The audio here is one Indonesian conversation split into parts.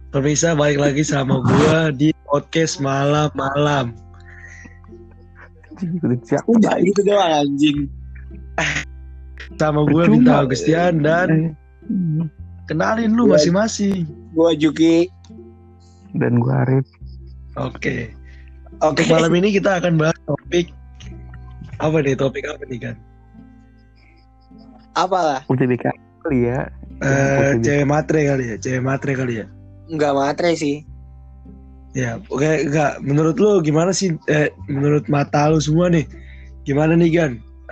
Pemirsa, balik lagi sama gua di podcast malam-malam. Udah gitu doang anjing. Sama gua Bintang Agustian dan kenalin lu masing-masing. Gua Juki dan gua Arif. Oke. Malam ini kita akan bahas topik apa nih? Topik apa nih kan? Apalah? UTBK kali ya. Cewek matre kali ya. Enggak matre sih. Ya, oke, enggak. Menurut lu gimana sih? Menurut mata lu semua nih, gimana nih Gan?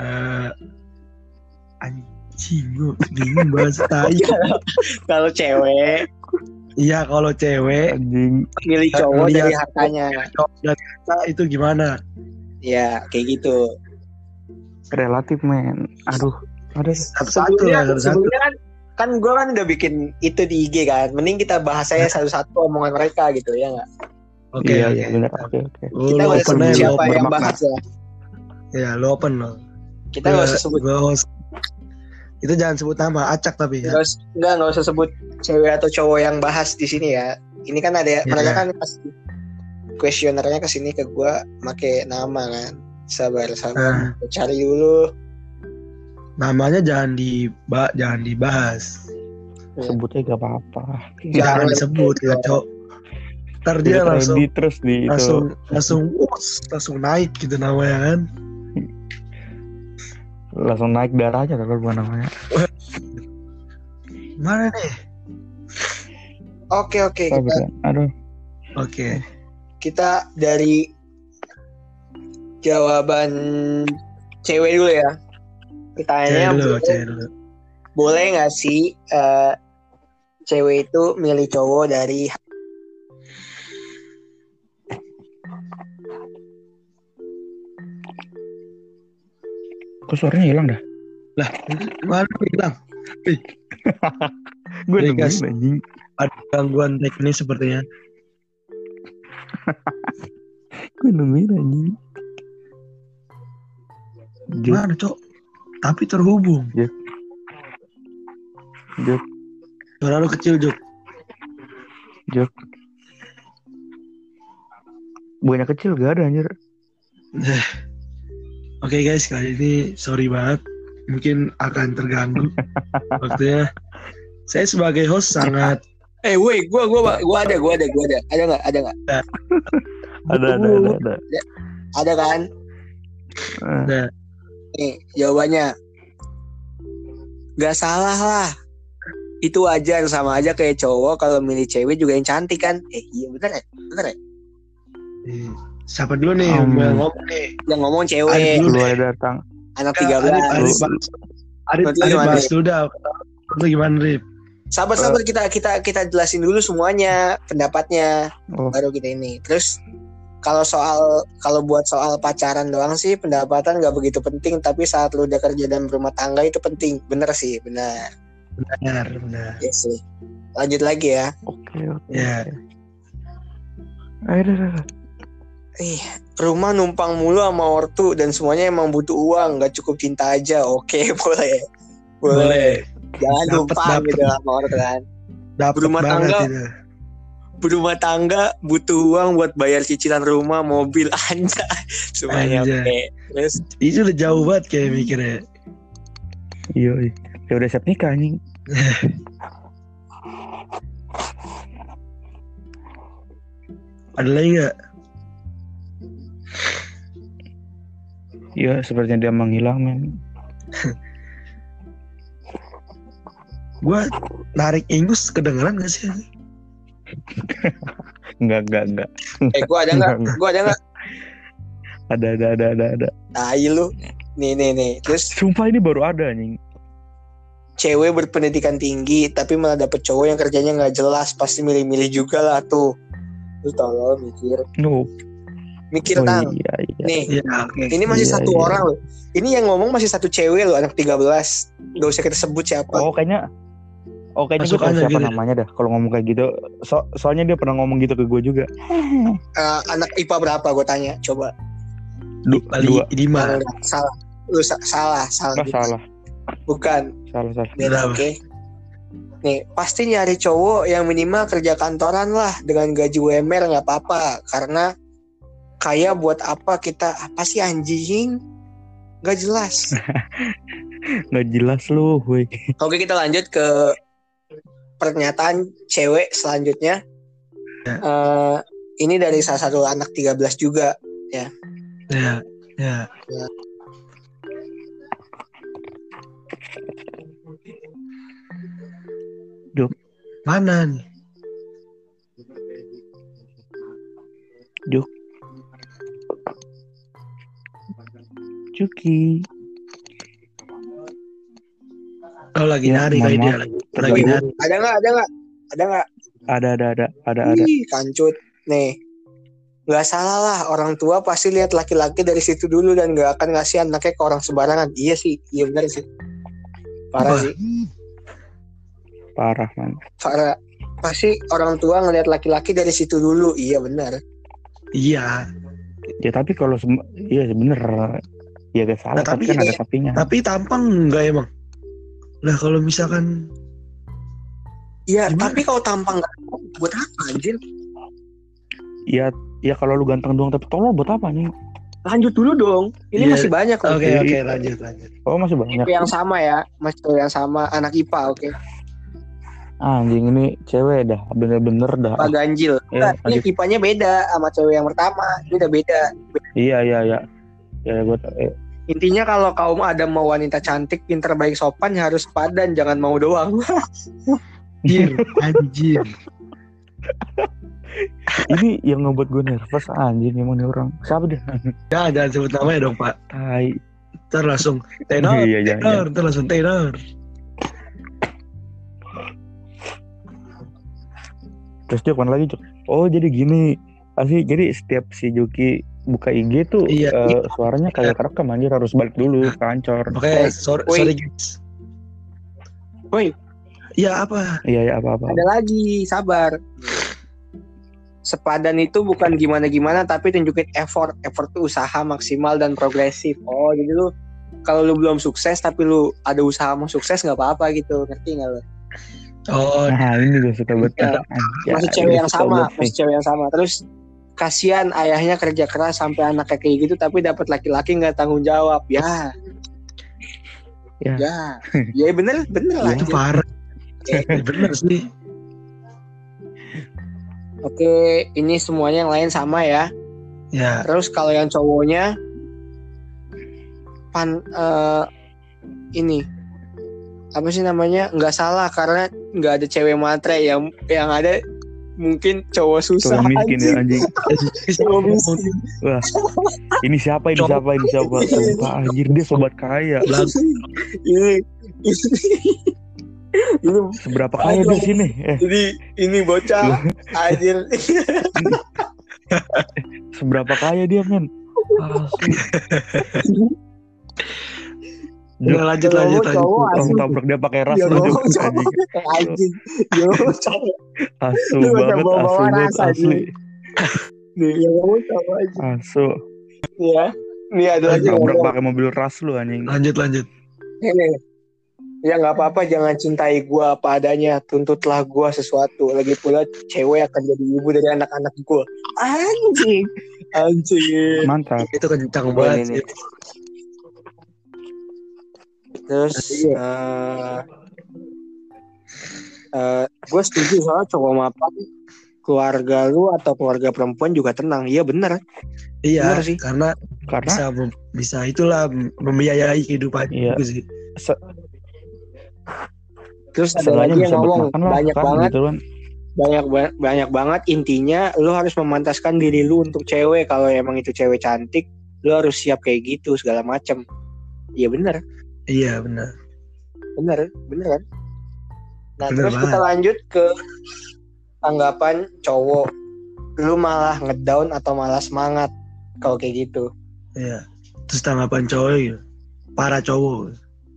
Anjing, gue bingung bahas tai. Kalau cewek, iya kalau cewek Anjing. milih cowok dari hartanya. Cowok dari harta itu gimana? Ya, kayak gitu. Relatif men. Aduh. Ada. Satu-satu. Kan gue kan udah bikin itu di IG kan. Mending kita bahas aja satu-satu omongan mereka gitu ya nggak? Oke. Iya benar. Oke. Kita nggak usah sebut siapa yang bahas ya. Ya, lo open lo. Kita nggak usah sebut. Itu jangan sebut nama, acak tapi ya. Nggak usah sebut cewek atau cowok yang bahas di sini ya. Ini kan ada mereka kan pasti kuesionernya ke sini ke gue make nama kan. Sabar. Cari dulu. Namanya jangan dibahas. Sebutnya gak apa-apa. Jangan disebut ya, Cok. Ntar dia langsung terus di langsung naik gitu namanya kan. Langsung naik darahnya kalau gua namanya. Mana nih? Oke. Aduh. Oke. Kita dari jawaban cewek dulu ya. Pertanyaannya cewek dulu. Boleh nggak sih cewek itu milih cowok dari? Kok suaranya hilang dah? Lah, mana hilang? Gue nemuin anjing. Ada gangguan teknis sepertinya. Gue nemuin anjing. Mana, Cok? Tapi terhubung. Jok. Suara lu kecil, Jok. Bukannya kecil gak ada anjir. Oke guys, kali ini sorry banget. Mungkin akan terganggu waktunya. Saya sebagai host sangat gua ada. Ada nggak? Ada kan? Ada. Nih jawabannya gak salah lah, itu wajar, sama aja kayak cowok kalau milih cewek juga yang cantik kan. Iya bener ya. Siapa dulu nih yang ngomong nih? Yang ngomong cewek dulu ada datang anak 13. Arif bahas dulu dah. Lu gimana Rip? Sabar kita jelasin dulu semuanya pendapatnya baru kita ini. Terus kalau buat soal pacaran doang sih pendapatan nggak begitu penting, tapi saat lu udah kerja dan berumah tangga itu penting. Bener. Ya sih. Lanjut lagi ya. Oke. Ya. Ayo. Rumah numpang mulu sama ortu dan semuanya emang butuh uang, nggak cukup cinta aja. Oke, boleh. Jangan numpang gitu sama ortu kan. Berumah tangga butuh uang buat bayar cicilan rumah, mobil, anjay. Semuanya oke. Terus itu udah jauh banget kayak mikirnya. Iya. Ya udah siap nikah anjing. Ada lagi nggak? Iya, sepertinya dia menghilang men. Gua narik ingus kedengeran gak sih? Enggak. Gua ada nggak? Ada. Tai lu. Nih. Terus Sumpah ini baru ada anjing. Cewek berpendidikan tinggi tapi malah dapet cowok yang kerjanya nggak jelas, pasti milih-milih juga lah tuh. Lu tolong mikir tang. Iya. Nih, okay. Ini masih satu orang loh. Ini yang ngomong masih satu cewek loh, anak 13. Gak usah kita sebut siapa. Kayaknya gue tahu siapa gitu namanya dah. Kalau ngomong kayak gitu, soalnya dia pernah ngomong gitu ke gue juga. Anak IPA berapa? Gue tanya, coba. 2. Salah. Lu salah. Salah. Bukan. Salah. Oke. nih pasti nyari cowok yang minimal kerja kantoran lah dengan gaji UMR nggak apa-apa, karena kaya buat apa kita, apa sih anjing, nggak jelas. Nggak jelas lu, woi. Oke, kita lanjut ke pernyataan cewek selanjutnya. Ini dari salah satu anak 13 juga ya. Ya. Duh. Mana nih? Duh. Cuki. Oh lagi Ya, nyari kayak mohon dia maaf. lagi nyari. Ada nggak? Ada. Ih, kancut nih. Nggak salah lah, orang tua pasti lihat laki-laki dari situ dulu dan nggak akan ngasih anaknya ke orang sembarangan. Iya sih, iya benar sih. Parah sih. Parah, man. Parah. Pasti orang tua ngelihat laki-laki dari situ dulu. Iya benar. Iya. Ya tapi kalau iya bener. Ya gak salah, Nah, tapi kan ada tapinya. Tapi tampang enggak emang? Lah kalau misalkan Iya, gimana? tapi kalau tampang nggak buat apa anjir? Ya kalau lu ganteng doang tapi tolol buat apa nih? Lanjut dulu dong. Ini Iya. masih banyak loh. Oke, lanjut. Oh masih banyak. Cewek yang sama ya, masih yang sama anak IPA, oke. Anjing ini cewek dah, bener-bener dah. Pak Ganjil. Ya, Ini IPA-nya beda sama cewek yang pertama. Ini udah beda. Iya. Ya gue Intinya kalau kaum Adam mau wanita cantik, pintar, baik, sopan, ya harus padan, jangan mau doang. Anjir. ini yang ngebuat gue nervous anjing emang nih orang. Siapa dia? Jangan sebut namanya dong Pak. Tai. Ntar langsung tenor. Iya. Ntar langsung tenor. Terus dia apa lagi, Cok? Oh, jadi gini. Jadi setiap si Juki buka IG tuh Iya. suaranya kayak kerekam anjir, harus balik dulu ke Anchor. Oke, sorry guys. Woi, Iya apa? Iya, apa-apa. ada lagi, sabar. Sepadan itu bukan gimana-gimana, tapi tunjukin effort. Effort itu usaha maksimal dan progresif. Oh, jadi lu kalau lu belum sukses tapi lu ada usaha mau sukses nggak apa-apa gitu, ngerti nggak lu? Oh, Nah, ini gue suka banget. Ya, masih cewek yang sama. Terus kasihan ayahnya kerja keras sampai anaknya kayak gitu, tapi dapat laki-laki nggak tanggung jawab. Ya bener lah. itu parah. Bener sih. Oke, ini semuanya yang lain sama ya. Ya. Terus kalau yang cowoknya ini apa sih namanya, nggak salah karena nggak ada cewek matre, yang ada mungkin cowok susah. Cowok miskin ya anjing. Cowok miskin. Wah, ini siapa? Sumpah anjir, dia sobat kaya. ini Seberapa kaya dia sini? ini bocah anjir. Seberapa kaya dia, men? Ya, lanjut. Langsung tabrak dia pakai ras lu Anjing. Asu banget, asli. Nih, yang kamu tahu aja. Asu. Ya. Nih ada lagi Tabrak pakai mobil ras lu anjing. Lanjut. Ini. Ya nggak apa-apa, jangan cintai gua apa adanya, tuntutlah gua sesuatu. Lagi pula cewek akan jadi ibu dari anak-anak gua. Anjing. Mantap. Itu kencang banget sih. Terus gue setuju soal cowok mapan, keluarga lu atau keluarga perempuan juga tenang. Iya benar. Iya bener sih. Karena bisa itulah membiayai kehidupan itu sih. Terus ada lagi yang ngomong banyak banget gitu kan. banyak banget. Intinya lu harus memantaskan diri lu untuk cewek. Kalau emang itu cewek cantik, lu harus siap kayak gitu segala macam. Iya benar. Iya benar kan. Nah bener terus banget. kita lanjut ke tanggapan cowok. Lu malah ngedown atau malah semangat kalau kayak gitu? Iya. Terus tanggapan cowok gitu. Para cowok.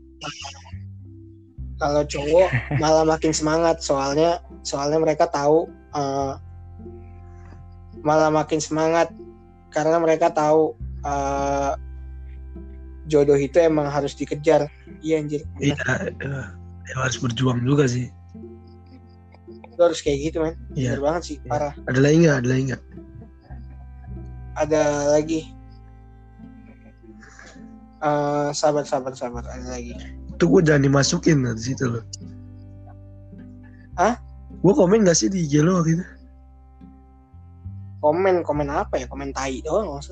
Kalau cowok malah makin semangat, soalnya mereka tahu malah makin semangat karena mereka tahu jodoh itu emang harus dikejar. Iya anjir. Iya, harus berjuang juga sih. Lu harus kayak gitu men. Iya. Bener banget sih, parah. Ada lagi nggak? Ada lagi. Sabar ada lagi. Itu gue jangan dimasukin di situ loh. Hah? Gue komen gak sih di IG lo waktu itu? Komen apa ya? Komen tai doang nggak usah.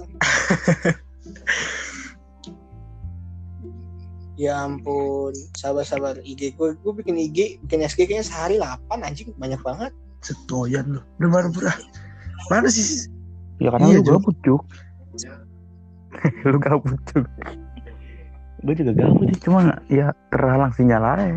Ya ampun, sabar IG gue bikin SG kayaknya sehari 8 anjing, banyak banget. Setoyan loh. Udah marah. Mana sih? Ya karena lu gabut, Cuk. Lu gabut, Cuk. Gue juga gabut sih, cuma ya terhalang sinyal aja.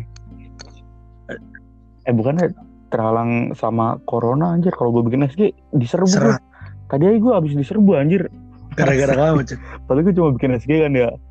Bukannya terhalang sama corona anjir. Kalau gue bikin SG diserbu gue. Tadi aja gue abis diserbu anjir. Gara-gara kamu, Cuk. Padahal gue cuma bikin SG kan ya.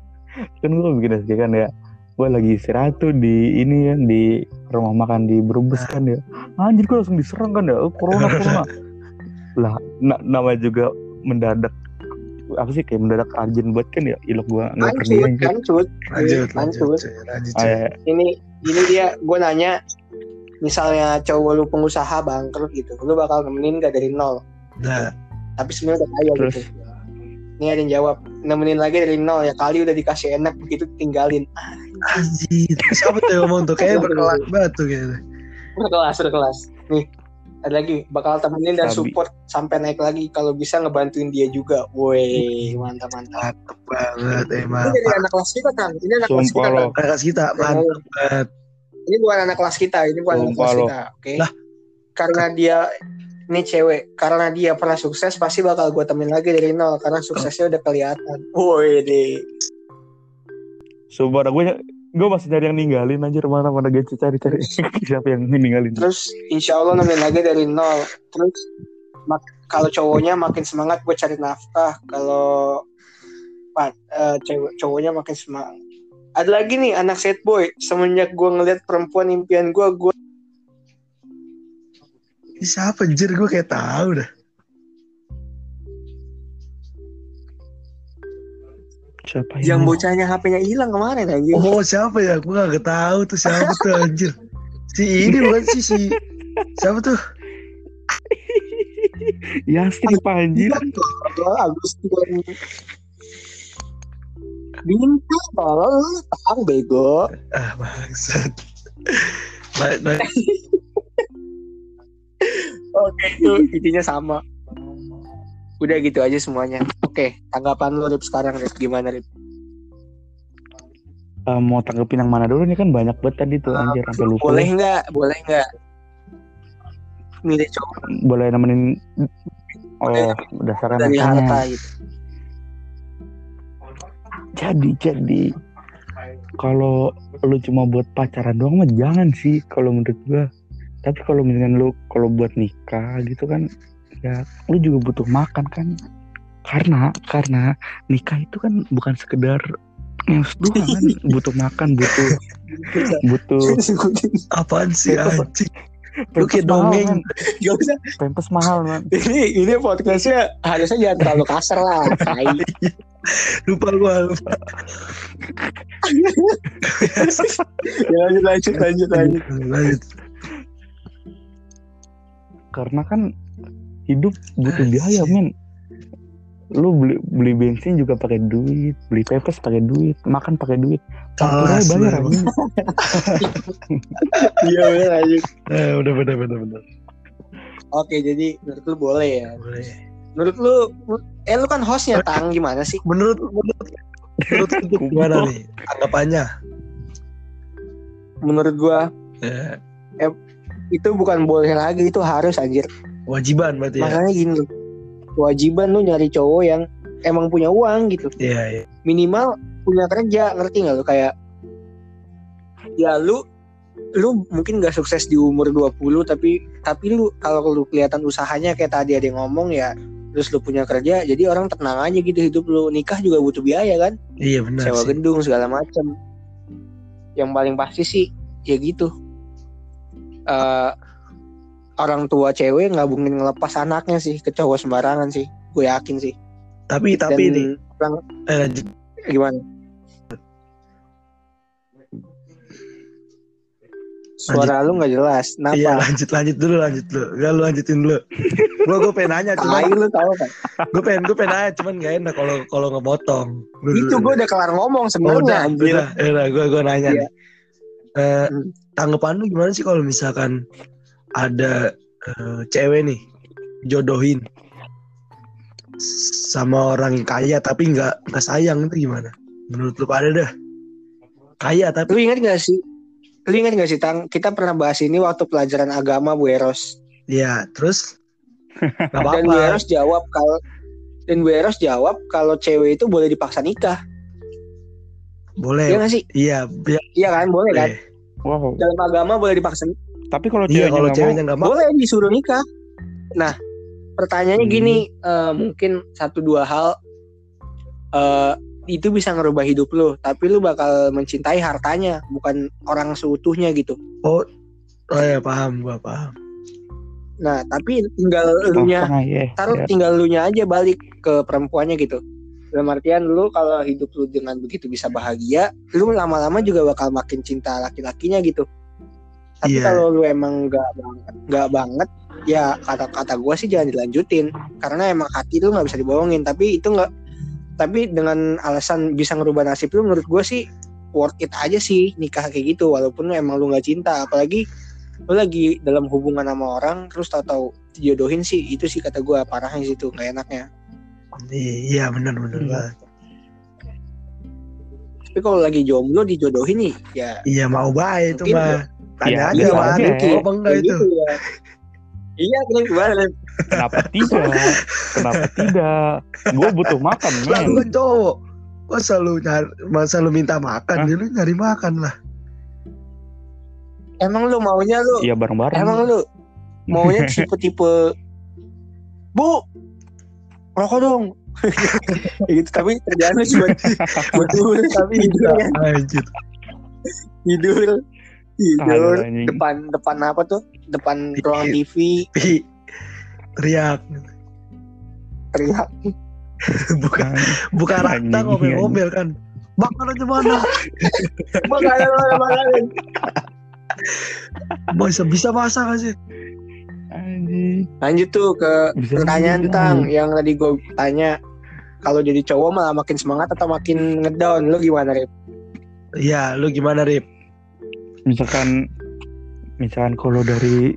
Gue lagi istirahat tuh di ini kan, di rumah makan di Brebes kan ya. Anjir gue langsung diserang kan ya. Corona. Lah nama juga mendadak, apa sih, kayak mendadak urgent buat kan ya. Ilok gue nggak pergi. Lanjut. Ini dia, gue nanya, misalnya cowok lu pengusaha bangkrut gitu, lu bakal nemenin gak dari nol? Nah. Tapi sebenarnya udah kaya gitu. Ini ada yang jawab, nemenin lagi dari nol ya kali, udah dikasih enak begitu tinggalin. Anjir, siapa tuh yang ngomong tuh? Kayaknya berkelas banget tuh kayaknya. Berkelas. Nih, ada lagi, bakal temenin dan support sampai naik lagi, kalau bisa ngebantuin dia juga. Woi, mantap. Mantap banget emang. Ini dari anak kelas kita kan? Ini anak kelas kita kan? Anak kelas kita, mantap banget. Ini bukan anak kelas kita, oke? Lah, karena dia ini cewek, karena dia pernah sukses, pasti bakal gue temenin lagi dari nol karena suksesnya udah kelihatan. Woi deh. Sumpah gue masih nyari yang ninggalin anjir, mana gue cari siapa yang ninggalin. Terus insya Allah nemenin lagi dari nol. Terus kalau cowoknya makin semangat gue cari nafkah, kalau cowoknya makin semangat. Ada lagi nih anak sad boy, semenjak gue ngeliat perempuan impian gue ini siapa anjir, gue kayak tahu dah. Siapa yang bocahnya HP-nya hilang kemarin anjir. Oh siapa ya, gue gak tahu tuh siapa tuh anjir. Si ini bukan sih siapa tuh? Yasin Pak anjir. Agustin Bintang kalau lu tahu bego. Bangsat. Oke, itu intinya sama. Udah gitu aja semuanya. Oke, tanggapan lu Rip sekarang, Rip, gimana Rip? Mau tanggepin yang mana dulu nih, kan banyak banget tadi tuh anjir, sampai lupa. Boleh nggak milih cowok? Boleh nemenin. Dasarnya dari harta gitu. Jadi kalau lu cuma buat pacaran doang mah jangan sih kalau menurut gua. Tapi kalau misalnya lu kalau buat nikah gitu kan, ya lu juga butuh makan kan. Karena nikah itu kan bukan sekedar ngeus doang kan, butuh makan, butuh apaan sih anjing? Lu kayak dongeng. Gak usah. Pempes mahal man. Ini podcastnya harusnya jangan terlalu kasar lah. Lupa. Ya, lanjut. Karena kan hidup butuh biaya men. Lu beli bensin juga pakai duit, beli pepes pakai duit, makan pakai duit. Parkirnya bayar aja. Iya benar aja. Udah benar. Oke, jadi menurut lu boleh ya? Boleh. Menurut lu kan hostnya Tang, gimana sih? Menurut itu gimana nih anggapannya? Menurut gua itu bukan boleh lagi, itu harus anjir. Wajiban berarti ya. Makanya gini, kewajiban lu nyari cowok yang emang punya uang gitu. Iya. Minimal punya kerja, ngerti nggak lu? Kayak ya lu mungkin nggak sukses di umur 20 tapi lu kalau lu kelihatan usahanya kayak tadi ada yang ngomong ya, terus lu punya kerja, jadi orang tenang aja gitu hidup lu. Nikah juga butuh biaya kan? Iya benar. Sewa gedung segala macam. Yang paling pasti sih ya gitu. Orang tua cewek nggak mungkin ngelepas anaknya sih ke cowok sembarangan sih, gue yakin sih. Tapi ini lanjut. Gimana? Suara lu nggak jelas. Kenapa? Iya, lanjut dulu. Enggak, lu lanjutin dulu. Gue pengen nanya cuman lu tahu kan. gue pengen nanya cuman gak enak kalau ngepotong. Itu gue udah kelar ngomong sebenarnya. Udah, gue nanya nih. Tanggapan lu gimana sih kalau misalkan ada cewek nih jodohin sama orang yang kaya tapi nggak sayang, itu gimana? Menurut lu pada dah? Kaya tapi. Lu ingat gak sih Tang? Kita pernah bahas ini waktu pelajaran agama Bu Eros. Iya, terus? Gak apa-apa. Dan Bu Eros jawab kalau cewek itu boleh dipaksa nikah. Boleh. Iya gak sih? Iya kan, boleh kan? Wow. Dalam agama boleh dipaksa. Tapi kalau ceweknya nggak mau, boleh disuruh nikah. Nah, pertanyaannya gini, mungkin 1-2 hal itu bisa ngerubah hidup lu, tapi lu bakal mencintai hartanya, bukan orang seutuhnya gitu. Oh ya, paham. Nah, tapi tinggal tinggal lunya aja balik ke perempuannya gitu. Dalam artian lu kalau hidup lu dengan begitu bisa bahagia, lu lama-lama juga bakal makin cinta laki-lakinya gitu. Tapi kalau lu emang nggak banget, ya kata gue sih jangan dilanjutin, karena emang hati lu nggak bisa dibohongin. Tapi dengan alasan bisa ngerubah nasib lu, menurut gue sih worth it aja sih nikah kayak gitu, walaupun emang lu nggak cinta. Apalagi lu lagi dalam hubungan sama orang terus tahu-tahu dijodohin sih, itu sih kata gue parahnya situ, nggak enaknya. Iya, benar banget. Tapi kalau lagi jomblo dijodohin nih, ya iya mau baik itu mah. Tanya aja sama Riki, apa enggak itu? Gitu, ya. Iya, Kenapa tidak? Gue butuh makan, men. Lu kan cowok. Masa lu minta makan, lu nyari makan lah. Emang lu maunya lu? Iya, bareng-bareng. Emang lu maunya tipe-tipe Bu, rokok dong. Gitu, tapi kerjaan lu cuma betul tapi tidur depan apa tuh, depan ruang TV teriak buka rata ngomel kan, makanan mana makanan bisa masak gak sih? Lanjut tuh ke pertanyaan tentang yang tadi gue tanya, kalau jadi cowok malah makin semangat atau makin ngedown, lu gimana Rip? Iya, lu gimana Rip? Misalkan kalau dari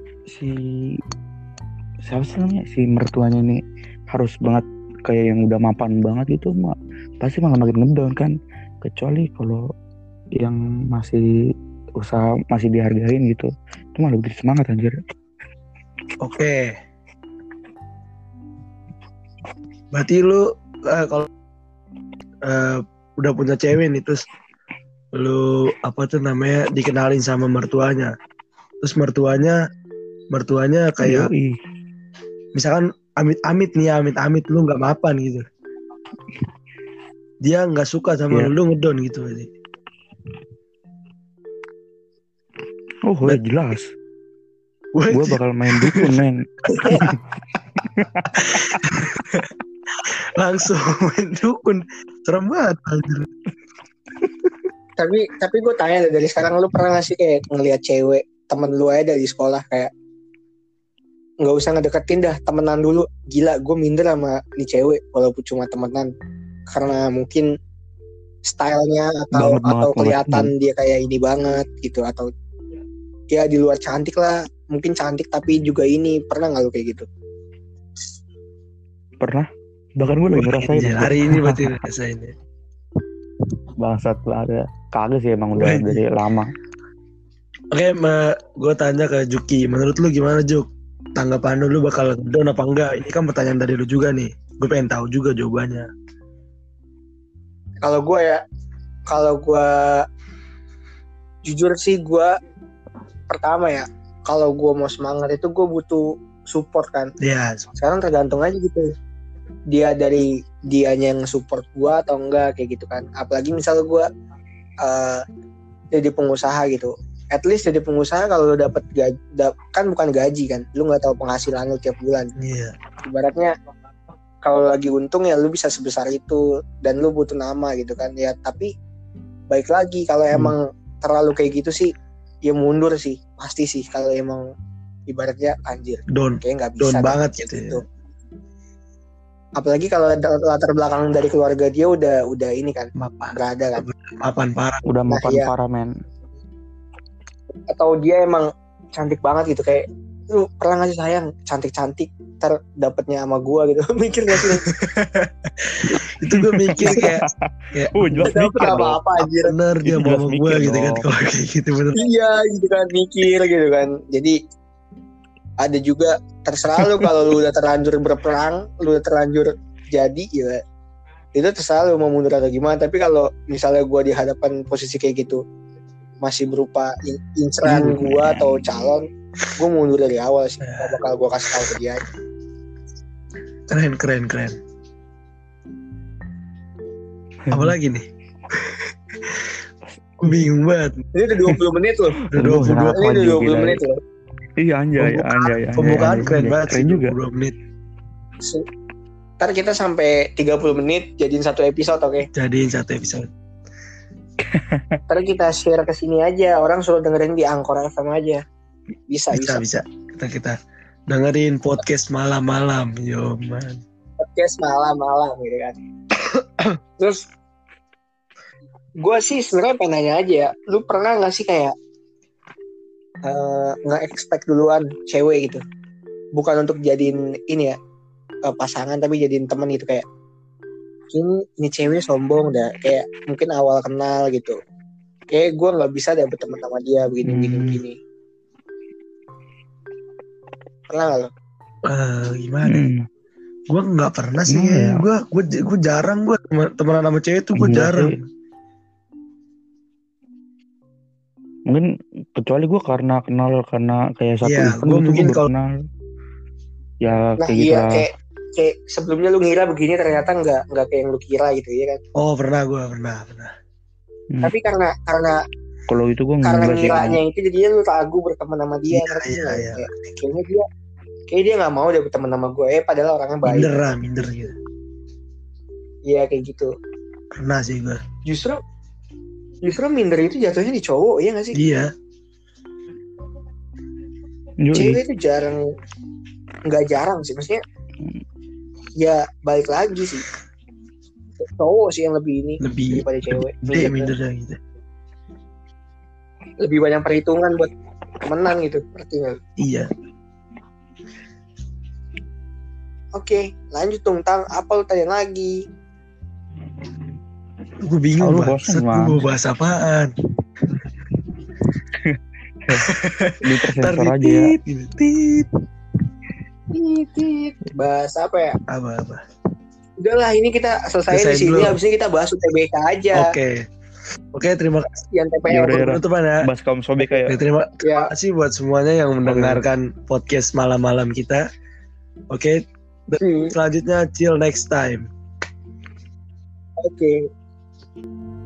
siapa sih namanya, si mertuanya ini harus banget kayak yang udah mapan banget gitu, pasti malah makin ngedown kan. Kecuali kalau yang masih usaha, masih dihargain gitu, itu malah lebih semangat anjir. Oke. Berarti lu kalau udah punya cewek nih, terus lu dikenalin sama mertuanya, terus mertuanya kayak misalkan amit-amit lu nggak mapan gitu, dia nggak suka sama lu, ngedon gitu berarti. Jelas gue bakal main dukun, men. Langsung main dukun, serem banget anjir. Tapi gue tanya dari sekarang, lu pernah gak sih kayak ngelihat cewek temen lu aja dari sekolah, kayak nggak usah ngedeketin dah, temenan dulu, gila gue minder sama nih cewek walaupun cuma temenan, karena mungkin stylenya atau kelihatan dia kayak ini banget gitu, atau ya di luar cantik lah, mungkin cantik tapi juga ini. Pernah nggak lu kayak gitu? Pernah, bahkan gue lagi ngerasain hari ini berarti ngerasain ya. Bangsat lah, ada kagak sih, emang udah dari lama. Oke, gue tanya ke Juki, menurut lu gimana Juk? Tanggapan lu bakal down apa enggak? Ini kan pertanyaan dari lu juga nih, gue pengen tahu juga jawabannya. Kalau gue jujur sih, gue pertama ya, kalau gue mau semangat itu gue butuh support kan. Iya. Sekarang tergantung aja gitu, dianya yang support gue atau enggak kayak gitu kan. Apalagi misal gue jadi pengusaha gitu, at least jadi pengusaha kalau lu dapat kan bukan gaji kan, lu nggak tahu penghasilan lu tiap bulan. Iya. Ibaratnya kalau lagi untung ya lu bisa sebesar itu dan lu butuh nama gitu kan ya. Tapi baik lagi kalau emang terlalu kayak gitu sih, ya mundur sih pasti sih kalau emang ibaratnya anjir kayak nggak bisa down banget gitu ya. Apalagi kalau latar belakang dari keluarga dia udah ini kan nggak ada kan mapan parah udah mapan parah men. Atau dia emang cantik banget gitu kayak lu pernah ngasih sayang cantik ntar dapetnya sama gua gitu. Mikir gak sih? Itu gue mikir kayak jelas mikir apa anjir bener dia mau sama gua gitu kan kalau kayak gitu bener. Iya gitu kan mikir gitu kan. Jadi ada juga terserah lu kalau lu udah terlanjur berperang, lu udah terlanjur jadi ya itu terserah lu mau mundur atau gimana. Tapi kalau misalnya gua di hadapan posisi kayak gitu masih berupa inceran gua atau calon, gua mundur dari awal sih. Gak bakal gua kasih tahu ke dia. Keren. Apa lagi nih? Bingung banget. Ini udah 20 menit loh. Udah 22 Ini udah 20 menit loh. Iya anjay. Pembukaan keren banget sih juga. 20 menit. Ntar kita sampai 30 menit jadiin satu episode, oke? Jadiin satu episode. Ntar kita share ke sini aja. Orang suruh dengerin di Anchor FM aja. Bisa. Kita dengerin podcast malam-malam, yo man. Podcast malam-malam gitu kan. Terus gue sih sebenarnya pengen nanya aja ya, lu pernah nggak sih kayak nggak expect duluan cewek gitu, bukan untuk jadiin ini ya pasangan tapi jadiin teman gitu, kayak ini cewek sombong dah, kayak mungkin awal kenal gitu, kayak gue nggak bisa deh berteman sama dia begini. Pernah nggak lo? Gimana? Gue nggak pernah sih. Gue jarang gue temenan sama cewek tuh gue jarang. Mungkin kecuali gue karena kenal karena kayak satu event gue mungkin kalau kenal. Ya nah, kayak iya, gitu. Kayak sebelumnya lu ngira begini ternyata nggak kayak yang lu kira gitu ya kan? Oh pernah. Tapi karena kalau itu gue karena ngiranya itu jadinya lu ragu berteman sama dia. Iya. Kayak dia nggak mau deh berteman sama gue, padahal orangnya baik. Minder gitu. Iya kayak gitu. Pernah sih gue. Justru minder itu jatuhnya di cowok, iya nggak sih? Iya. Cewek itu nggak jarang sih, maksudnya. Ya balik lagi sih. Cowok sih yang lebih daripada cewek. Mindernya gitu. Lebih banyak perhitungan buat temenan gitu, ngerti nggak? Iya. Oke, lanjut dong Tang. Apa lu tanya lagi? Gue bingung banget. Gue mau bahas apaan? Di presenter aja ya. Bahas apa ya? Apa? Udahlah, ini kita selesai di sini. Habis ini kita bahas UTBK aja. Oke, terima kasih. Yang TPL penutupan ya. Bahas kaum sobek ya. Terima kasih buat semuanya yang mendengarkan podcast malam-malam kita. Oke. Selanjutnya, till next time. Oke.